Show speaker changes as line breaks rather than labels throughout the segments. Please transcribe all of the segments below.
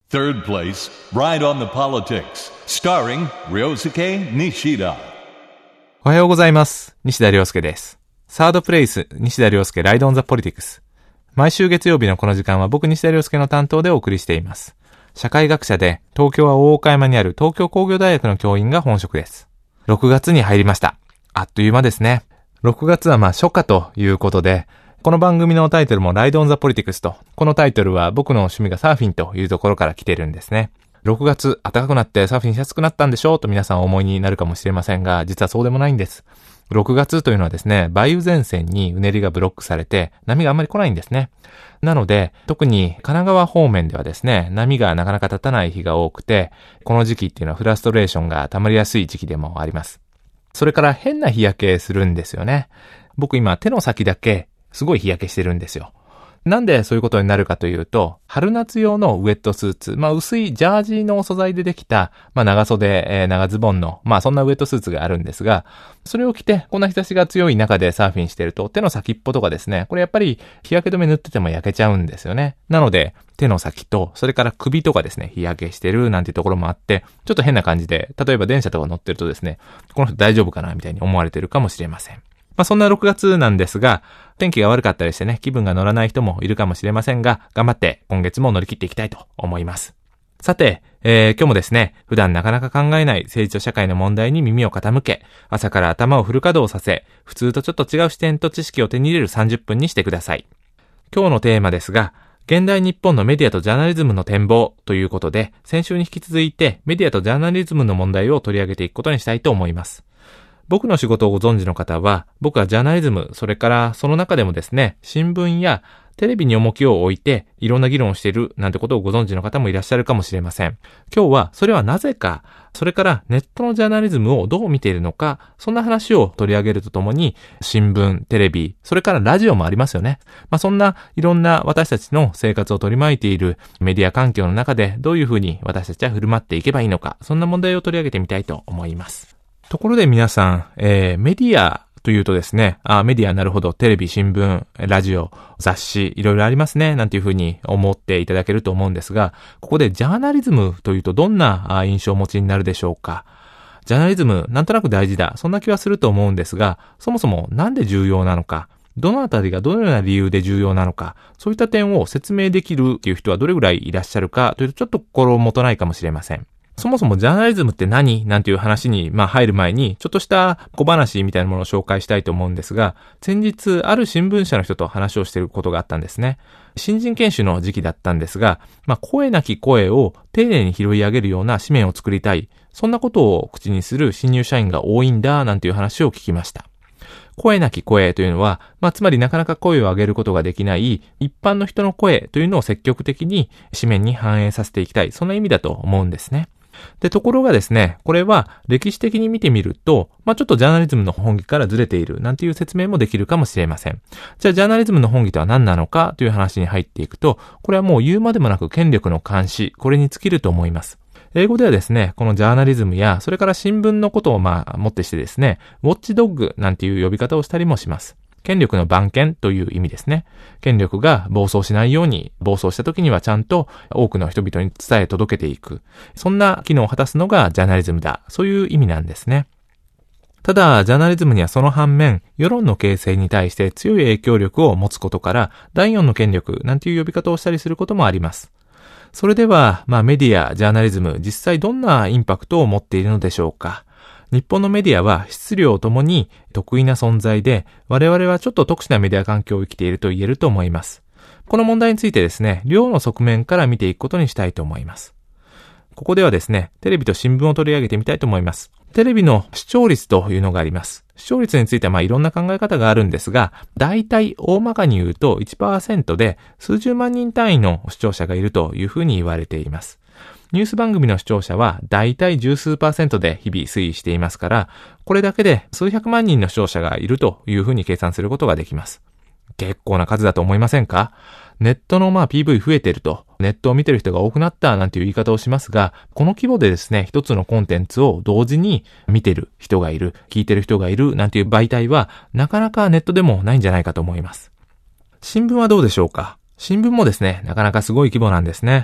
Third place, Ride on the Politics, starring Ryosuke Nishida.
おはようございます。西田亮介です。サードプレイス、西田亮介 Ride on the Politics。毎週月曜日のこの時間は僕西田亮介の担当でお送りしています。社会学者で東京は大岡山にある東京工業大学の教員が本職です。6月に入りました。あっという間ですね。6月は初夏ということで、この番組のタイトルも Ride on the Politics と、このタイトルは僕の趣味がサーフィンというところから来てるんですね。6月暖かくなってサーフィンしやすくなったんでしょうと皆さんお思いになるかもしれませんが、実はそうでもないんです。6月というのはですね、梅雨前線にうねりがブロックされて波があんまり来ないんですね。なので、特に神奈川方面ではですね、波がなかなか立たない日が多くて、この時期っていうのはフラストレーションが溜まりやすい時期でもあります。それから変な日焼けするんですよね。僕今手の先だけすごい日焼けしてるんですよ。なんでそういうことになるかというと、春夏用のウェットスーツ、薄いジャージの素材でできた、長袖、長ズボンの、そんなウェットスーツがあるんですが、それを着て、こんな日差しが強い中でサーフィンしてると、手の先っぽとかですね、これやっぱり日焼け止め塗ってても焼けちゃうんですよね。なので、手の先と、それから首とかですね、日焼けしてるなんていうところもあって、ちょっと変な感じで、例えば電車とか乗ってるとですね、この人大丈夫かなみたいに思われてるかもしれません。そんな6月なんですが、天気が悪かったりしてね、気分が乗らない人もいるかもしれませんが、頑張って今月も乗り切っていきたいと思います。さて、今日もですね、普段なかなか考えない政治と社会の問題に耳を傾け、朝から頭をフル稼働させ、普通とちょっと違う視点と知識を手に入れる30分にしてください。今日のテーマですが、現代日本のメディアとジャーナリズムの展望ということで、先週に引き続いてメディアとジャーナリズムの問題を取り上げていくことにしたいと思います。僕の仕事をご存知の方は、僕はジャーナリズム、それからその中でもですね、新聞やテレビに重きを置いていろんな議論をしているなんてことをご存知の方もいらっしゃるかもしれません。今日はそれはなぜか、それからネットのジャーナリズムをどう見ているのか、そんな話を取り上げるとともに、新聞、テレビ、それからラジオもありますよね。そんないろんな私たちの生活を取り巻いているメディア環境の中でどういうふうに私たちは振る舞っていけばいいのか、そんな問題を取り上げてみたいと思います。ところで皆さん、メディアというとですね、メディアなるほどテレビ、新聞、ラジオ、雑誌、いろいろありますね、なんていうふうに思っていただけると思うんですが、ここでジャーナリズムというとどんな印象をお持ちになるでしょうか。ジャーナリズム、なんとなく大事だ、そんな気はすると思うんですが、そもそもなんで重要なのか、どのあたりがどのような理由で重要なのか、そういった点を説明できるという人はどれぐらいいらっしゃるかというとちょっと心もとないかもしれません。そもそもジャーナリズムって何なんていう話に入る前にちょっとした小話みたいなものを紹介したいと思うんですが、先日ある新聞社の人と話をしていることがあったんですね。新人研修の時期だったんですが、声なき声を丁寧に拾い上げるような紙面を作りたい、そんなことを口にする新入社員が多いんだなんていう話を聞きました。声なき声というのは、つまりなかなか声を上げることができない一般の人の声というのを積極的に紙面に反映させていきたい、そんな意味だと思うんですね。で、ところがですね、これは歴史的に見てみると、ちょっとジャーナリズムの本義からずれているなんていう説明もできるかもしれません。じゃあジャーナリズムの本義とは何なのかという話に入っていくと、これはもう言うまでもなく権力の監視、これに尽きると思います。英語ではですね、このジャーナリズムや、それから新聞のことをもってしてですね、ウォッチドッグなんていう呼び方をしたりもします。権力の番犬という意味ですね。権力が暴走しないように、暴走した時にはちゃんと多くの人々に伝え届けていく。そんな機能を果たすのがジャーナリズムだ。そういう意味なんですね。ただ、ジャーナリズムにはその反面、世論の形成に対して強い影響力を持つことから、第四の権力なんていう呼び方をしたりすることもあります。それでは、メディア、ジャーナリズム、実際どんなインパクトを持っているのでしょうか。日本のメディアは質量ともに得意な存在で、我々はちょっと特殊なメディア環境を生きていると言えると思います。この問題についてですね、両の側面から見ていくことにしたいと思います。ここではですね、テレビと新聞を取り上げてみたいと思います。テレビの視聴率というのがあります。視聴率についてはいろんな考え方があるんですが、大体大まかに言うと 1% で数十万人単位の視聴者がいるというふうに言われています。ニュース番組の視聴者は大体十数%で日々推移していますから、これだけで数百万人の視聴者がいるというふうに計算することができます。結構な数だと思いませんか？ネットのPV 増えてると、ネットを見てる人が多くなったなんていう言い方をしますが、この規模でですね、一つのコンテンツを同時に見てる人がいる、聞いてる人がいるなんていう媒体はなかなかネットでもないんじゃないかと思います。新聞はどうでしょうか？新聞もですね、なかなかすごい規模なんですね。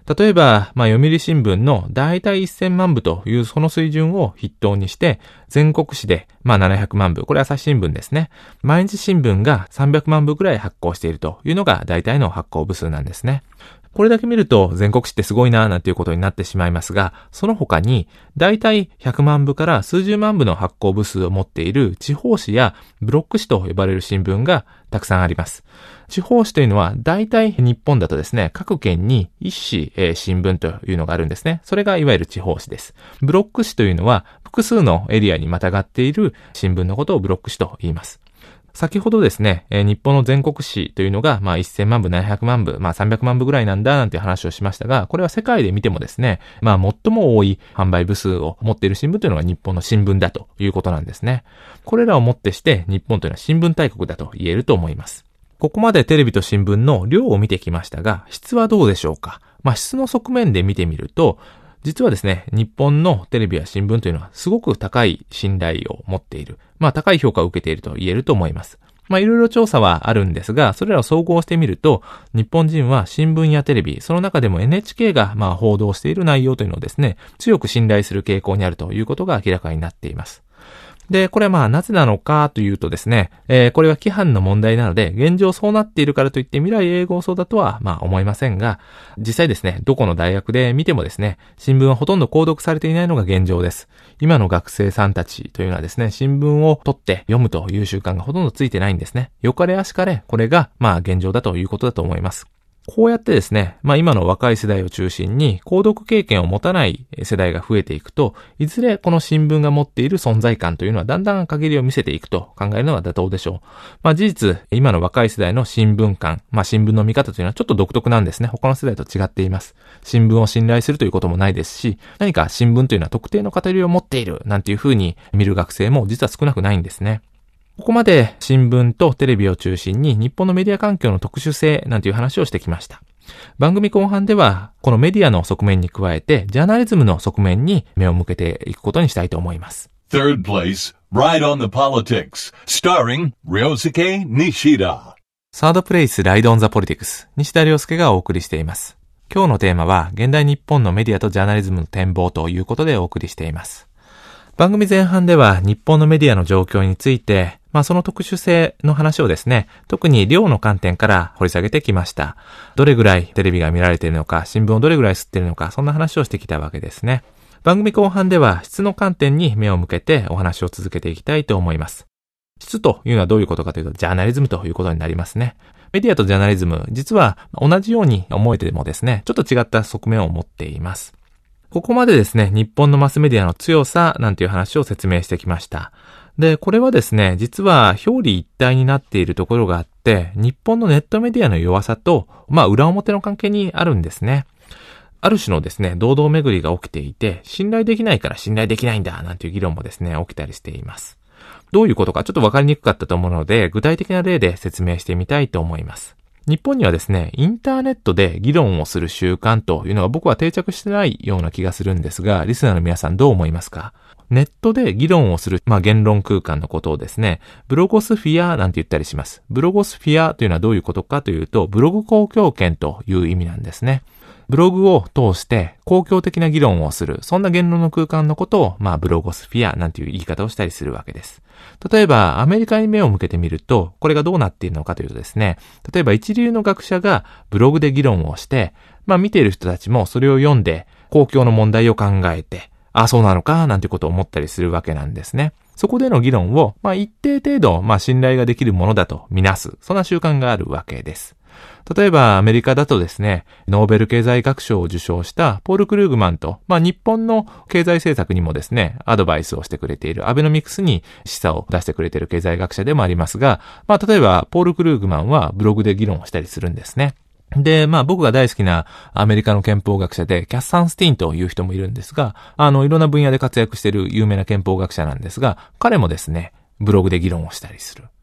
例えば、読売新聞の大体1000万部というその水準を筆頭にして、全国紙で700万部、これ朝日新聞ですね。毎日新聞が300万部くらい発行しているというのが大体の発行部数なんですね。これだけ見ると全国紙ってすごいななんていうことになってしまいますが、その他に大体100万部から数十万部の発行部数を持っている地方紙やブロック紙と呼ばれる新聞がたくさんあります。地方紙というのは大体日本だとですね、各県に一紙、新聞というのがあるんですね。それがいわゆる地方紙です。ブロック紙というのは複数のエリアにまたがっている新聞のことをブロック紙と言います。先ほどですね、日本の全国紙というのが、1000万部、700万部、300万部ぐらいなんだなんていう話をしましたが、これは世界で見てもですね、最も多い販売部数を持っている新聞というのが日本の新聞だということなんですね。これらをもってして日本というのは新聞大国だと言えると思います。ここまでテレビと新聞の量を見てきましたが、質はどうでしょうか。質の側面で見てみると、実はですね、日本のテレビや新聞というのはすごく高い信頼を持っている。高い評価を受けていると言えると思います。いろいろ調査はあるんですが、それらを総合してみると、日本人は新聞やテレビ、その中でも NHK が報道している内容というのをですね、強く信頼する傾向にあるということが明らかになっています。で、これはなぜなのかというとですね、これは規範の問題なので、現状そうなっているからといって未来永劫そうだとは思いませんが、実際ですね、どこの大学で見てもですね、新聞はほとんど購読されていないのが現状です。今の学生さんたちというのはですね、新聞を取って読むという習慣がほとんどついてないんですね。よかれあしかれ、これが現状だということだと思います。こうやってですね、今の若い世代を中心に購読経験を持たない世代が増えていくと、いずれこの新聞が持っている存在感というのはだんだん陰りを見せていくと考えるのが妥当でしょう。事実、今の若い世代の新聞感、新聞の見方というのはちょっと独特なんですね。他の世代と違っています。新聞を信頼するということもないですし、何か新聞というのは特定の偏りを持っているなんていう風に見る学生も実は少なくないんですね。ここまで新聞とテレビを中心に日本のメディア環境の特殊性なんていう話をしてきました。番組後半ではこのメディアの側面に加えてジャーナリズムの側面に目を向けていくことにしたいと思います。
Third place, Ride on the Politics, starring Ryosuke Nishida.
サードプレイス、ライドオンザポリティクス、西田亮介がお送りしています。今日のテーマは現代日本のメディアとジャーナリズムの展望ということでお送りしています。番組前半では日本のメディアの状況について、その特殊性の話をですね、特に量の観点から掘り下げてきました。どれぐらいテレビが見られているのか、新聞をどれぐらい吸っているのか、そんな話をしてきたわけですね。番組後半では質の観点に目を向けてお話を続けていきたいと思います。質というのはどういうことかというと、ジャーナリズムということになりますね。メディアとジャーナリズム、実は同じように思えてもですね、ちょっと違った側面を持っています。ここまでですね、日本のマスメディアの強さなんていう話を説明してきました。で、これはですね、実は表裏一体になっているところがあって、日本のネットメディアの弱さと、裏表の関係にあるんですね。ある種のですね、堂々巡りが起きていて、信頼できないから信頼できないんだ、なんていう議論もですね、起きたりしています。どういうことかちょっとわかりにくかったと思うので、具体的な例で説明してみたいと思います。日本にはですね、インターネットで議論をする習慣というのが僕は定着してないような気がするんですが、リスナーの皆さんどう思いますか？ネットで議論をする、言論空間のことをですね、ブロゴスフィアなんて言ったりします。ブロゴスフィアというのはどういうことかというと、ブログ公共権という意味なんですね。ブログを通して公共的な議論をする、そんな言論の空間のことを、ブロゴスフィアなんていう言い方をしたりするわけです。例えば、アメリカに目を向けてみると、これがどうなっているのかというとですね、例えば一流の学者がブログで議論をして、見ている人たちもそれを読んで、公共の問題を考えて、そうなのか、なんてことを思ったりするわけなんですね。そこでの議論を、一定程度、信頼ができるものだとみなす、そんな習慣があるわけです。例えばアメリカだとですね、ノーベル経済学賞を受賞したポール・クルーグマンと、日本の経済政策にもですね、アドバイスをしてくれているアベノミクスに示唆を出してくれている経済学者でもありますが、例えばポール・クルーグマンはブログで議論をしたりするんですね。で、僕が大好きなアメリカの憲法学者でキャッサン・スティーンという人もいるんですが、いろんな分野で活躍している有名な憲法学者なんですが、彼もですね、ブログで議論をしたりする。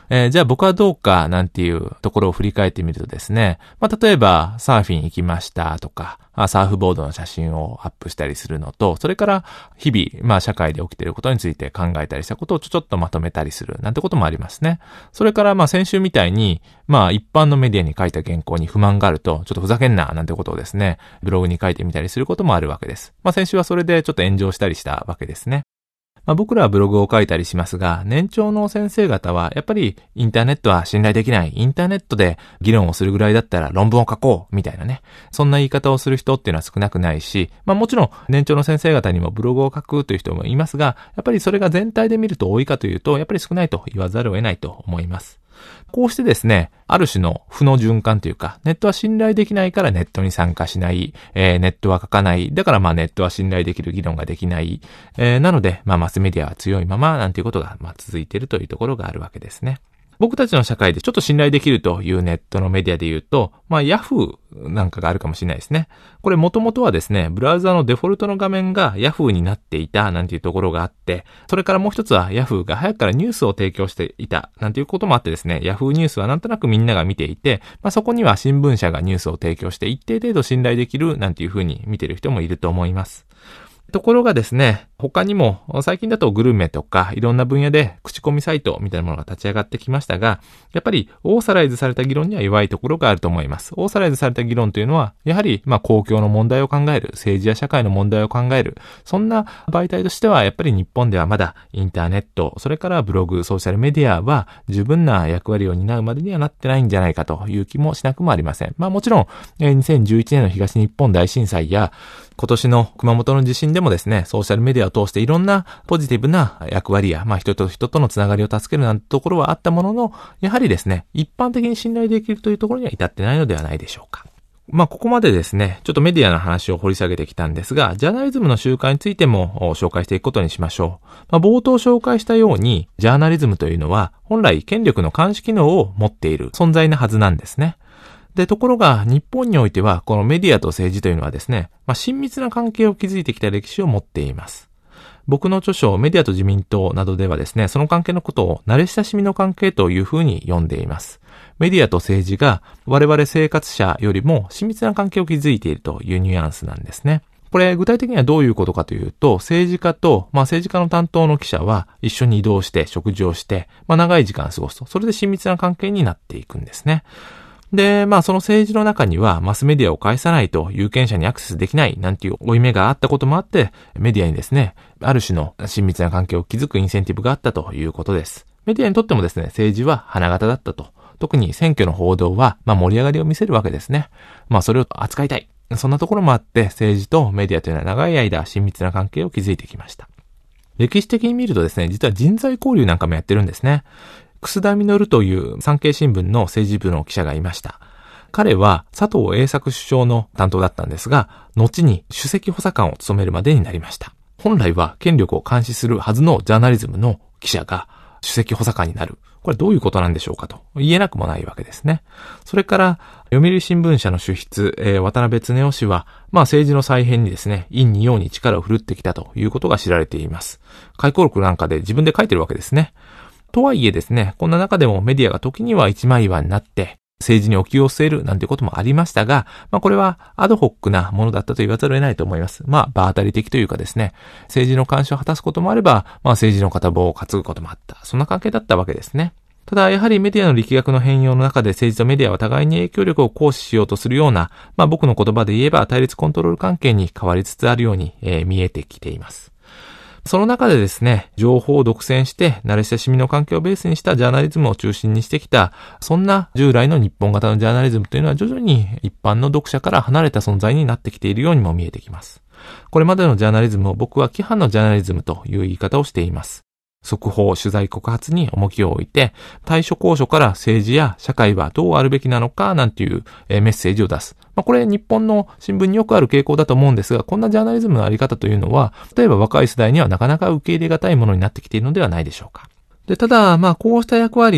じゃあ僕はどうかなんていうところを振り返ってみるとですね、例えばサーフィン行きましたとか、サーフボードの写真をアップしたりするのと、それから日々、社会で起きていることについて考えたりしたことをちょっとまとめたりするなんてこともありますね。それから先週みたいに、一般のメディアに書いた原稿に不満があると、ちょっとふざけんななんてことをですね、ブログに書いてみたりすることもあるわけです。先週はそれでちょっと炎上したりしたわけですね。僕らはブログを書いたりしますが、年長の先生方はやっぱりインターネットは信頼できない。インターネットで議論をするぐらいだったら論文を書こうみたいなね。そんな言い方をする人っていうのは少なくないし、もちろん年長の先生方にもブログを書くという人もいますが、やっぱりそれが全体で見ると多いかというと、やっぱり少ないと言わざるを得ないと思います。こうしてですね、ある種の負の循環というか、ネットは信頼できないからネットに参加しない、ネットは書かない、だからネットは信頼できる議論ができない、なのでマスメディアは強いままなんていうことが続いているというところがあるわけですね。僕たちの社会でちょっと信頼できるというネットのメディアで言うと、ヤフーなんかがあるかもしれないですね。これ元々はですね、ブラウザのデフォルトの画面がヤフーになっていたなんていうところがあって、それからもう一つはヤフーが早くからニュースを提供していたなんていうこともあってですね、ヤフーニュースはなんとなくみんなが見ていて、そこには新聞社がニュースを提供して一定程度信頼できるなんていうふうに見ている人もいると思います。ところがですね、他にも最近だとグルメとかいろんな分野で口コミサイトみたいなものが立ち上がってきましたが、やっぱりオーサライズされた議論には弱いところがあると思います。オーサライズされた議論というのは、やはり公共の問題を考える、政治や社会の問題を考える、そんな媒体としてはやっぱり日本ではまだインターネット、それからブログ、ソーシャルメディアは十分な役割を担うまでにはなってないんじゃないかという気もしなくもありません。もちろん、2011年の東日本大震災や今年の熊本の地震でもですね、ソーシャルメディアを通していろんなポジティブな役割や、人と人とのつながりを助けるなんてところはあったものの、やはりですね、一般的に信頼できるというところには至ってないのではないでしょうか。ここまでですね、ちょっとメディアの話を掘り下げてきたんですが、ジャーナリズムの習慣についても紹介していくことにしましょう。冒頭紹介したように、ジャーナリズムというのは、本来権力の監視機能を持っている存在なはずなんですね。で、ところが日本においてはこのメディアと政治というのはですね、親密な関係を築いてきた歴史を持っています。僕の著書メディアと自民党などではですね、その関係のことを慣れ親しみの関係というふうに呼んでいます。メディアと政治が我々生活者よりも親密な関係を築いているというニュアンスなんですね。これ具体的にはどういうことかというと、政治家と、政治家の担当の記者は一緒に移動して食事をして、長い時間過ごすと、それで親密な関係になっていくんですね。で、その政治の中にはマスメディアを介さないと有権者にアクセスできないなんていう負い目があったこともあって、メディアにですね、ある種の親密な関係を築くインセンティブがあったということです。メディアにとってもですね、政治は花形だったと。特に選挙の報道は、盛り上がりを見せるわけですね。それを扱いたい。そんなところもあって、政治とメディアというのは長い間親密な関係を築いてきました。歴史的に見るとですね、実は人材交流なんかもやってるんですね。楠田実という産経新聞の政治部の記者がいました。彼は佐藤栄作首相の担当だったんですが、後に首席補佐官を務めるまでになりました。本来は権力を監視するはずのジャーナリズムの記者が首席補佐官になる。これどういうことなんでしょうかと言えなくもないわけですね。それから読売新聞社の主筆、渡辺恒夫氏は、政治の再編にですね、陰に陽に力を振るってきたということが知られています。回顧録なんかで自分で書いてるわけですね。とはいえですね、こんな中でもメディアが時には一枚岩になって政治にお気を据えるなんてこともありましたが、これはアドホックなものだったと言わざるを得ないと思います。場当たり的というかですね、政治の監視を果たすこともあれば、政治の片棒を担ぐこともあった。そんな関係だったわけですね。ただ、やはりメディアの力学の変容の中で政治とメディアは互いに影響力を行使しようとするような、僕の言葉で言えば対立コントロール関係に変わりつつあるように、見えてきています。その中でですね、情報を独占して慣れ親しみの関係をベースにしたジャーナリズムを中心にしてきた、そんな従来の日本型のジャーナリズムというのは徐々に一般の読者から離れた存在になってきているようにも見えてきます。これまでのジャーナリズムを僕は規範のジャーナリズムという言い方をしています。速報、取材、告発に重きを置いて、対処高所から政治や社会はどうあるべきなのかなんていうメッセージを出す。これ日本の新聞によくある傾向だと思うんですが、こんなジャーナリズムのあり方というのは、例えば若い世代にはなかなか受け入れがたいものになってきているのではないでしょうか。で、ただ、こうした役割を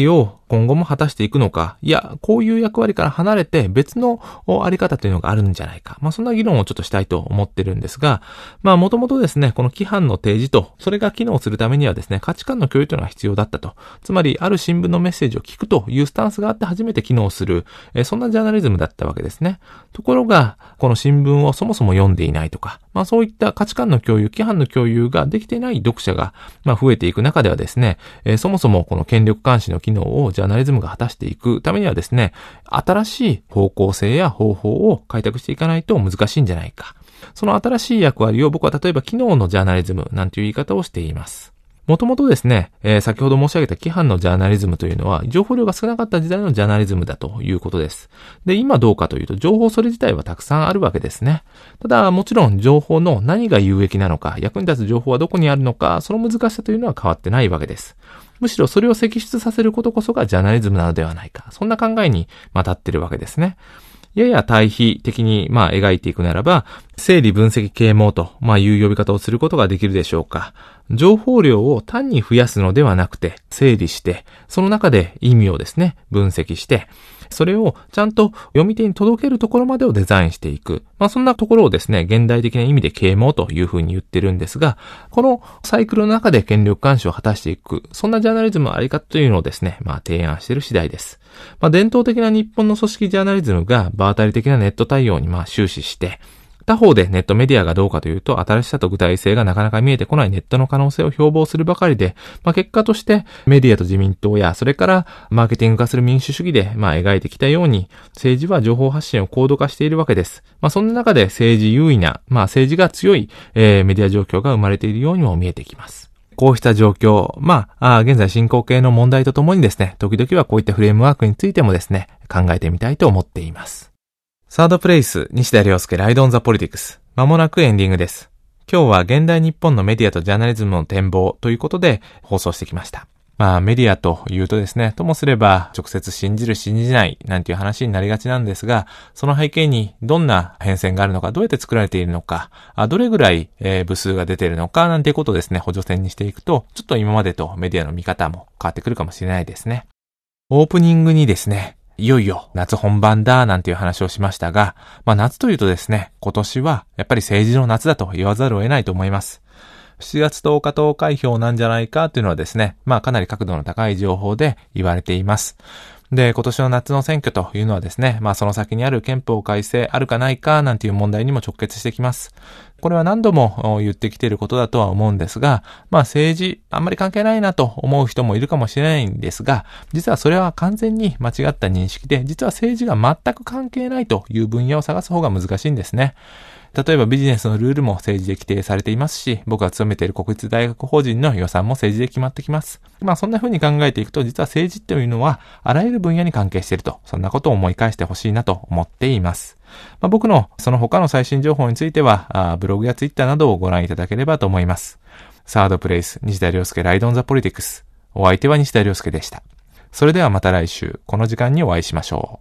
今後も果たしていくのか、いや、こういう役割から離れて別のあり方というのがあるんじゃないか。そんな議論をちょっとしたいと思ってるんですが、もともとですね、この規範の提示と、それが機能するためにはですね、価値観の共有というのが必要だったと。つまり、ある新聞のメッセージを聞くというスタンスがあって初めて機能する、そんなジャーナリズムだったわけですね。ところが、この新聞をそもそも読んでいないとか、そういった価値観の共有、規範の共有ができていない読者が、増えていく中ではですね、そもそもこの権力監視の機能をジャーナリズムが果たしていくためにはですね、新しい方向性や方法を開拓していかないと難しいんじゃないか。その新しい役割を僕は例えば機能のジャーナリズムなんていう言い方をしています。もともとですね、先ほど申し上げた規範のジャーナリズムというのは、情報量が少なかった時代のジャーナリズムだということです。で、今どうかというと、情報それ自体はたくさんあるわけですね。ただ、もちろん情報の何が有益なのか、役に立つ情報はどこにあるのか、その難しさというのは変わってないわけです。むしろそれを摘出させることこそがジャーナリズムなのではないか。そんな考えに立っているわけですね。やや対比的に描いていくならば、整理分析啓蒙という呼び方をすることができるでしょうか。情報量を単に増やすのではなくて、整理して、その中で意味をですね、分析して、それをちゃんと読み手に届けるところまでをデザインしていく。そんなところをですね、現代的な意味で啓蒙というふうに言ってるんですが、このサイクルの中で権力監視を果たしていく、そんなジャーナリズムのあり方というのをですね、提案している次第です。伝統的な日本の組織ジャーナリズムが場当たり的なネット対応に終始して、他方でネットメディアがどうかというと、新しさと具体性がなかなか見えてこないネットの可能性を標榜するばかりで、結果としてメディアと自民党や、それからマーケティング化する民主主義で描いてきたように、政治は情報発信を高度化しているわけです。そんな中で政治優位な、政治が強い、メディア状況が生まれているようにも見えてきます。こうした状況、現在進行形の問題とともにですね、時々はこういったフレームワークについてもですね、考えてみたいと思っています。サードプレイス、西田亮介ライドオンザポリティクス。まもなくエンディングです。今日は現代日本のメディアとジャーナリズムの展望ということで放送してきました。メディアというとですね、ともすれば直接信じる信じないなんていう話になりがちなんですが、その背景にどんな変遷があるのか、どうやって作られているのか、どれぐらい部数が出ているのかなんていうことをですね、補助線にしていくと、ちょっと今までとメディアの見方も変わってくるかもしれないですね。オープニングにですね、いよいよ夏本番だなんていう話をしましたが、夏というとですね、今年はやっぱり政治の夏だと言わざるを得ないと思います。7月10日投開票なんじゃないかというのはですね、かなり角度の高い情報で言われています。で、今年の夏の選挙というのはですね、その先にある憲法改正あるかないかなんていう問題にも直結してきます。これは何度も言ってきていることだとは思うんですが、政治あんまり関係ないなと思う人もいるかもしれないんですが、実はそれは完全に間違った認識で、実は政治が全く関係ないという分野を探す方が難しいんですね。例えばビジネスのルールも政治で規定されていますし、僕が勤めている国立大学法人の予算も政治で決まってきます。そんな風に考えていくと、実は政治というのはあらゆる分野に関係していると、そんなことを思い返してほしいなと思っています。僕のその他の最新情報については、ブログやツイッターなどをご覧いただければと思います。サードプレイス、西田亮介ライドオンザポリティクス。お相手は西田亮介でした。それではまた来週、この時間にお会いしましょう。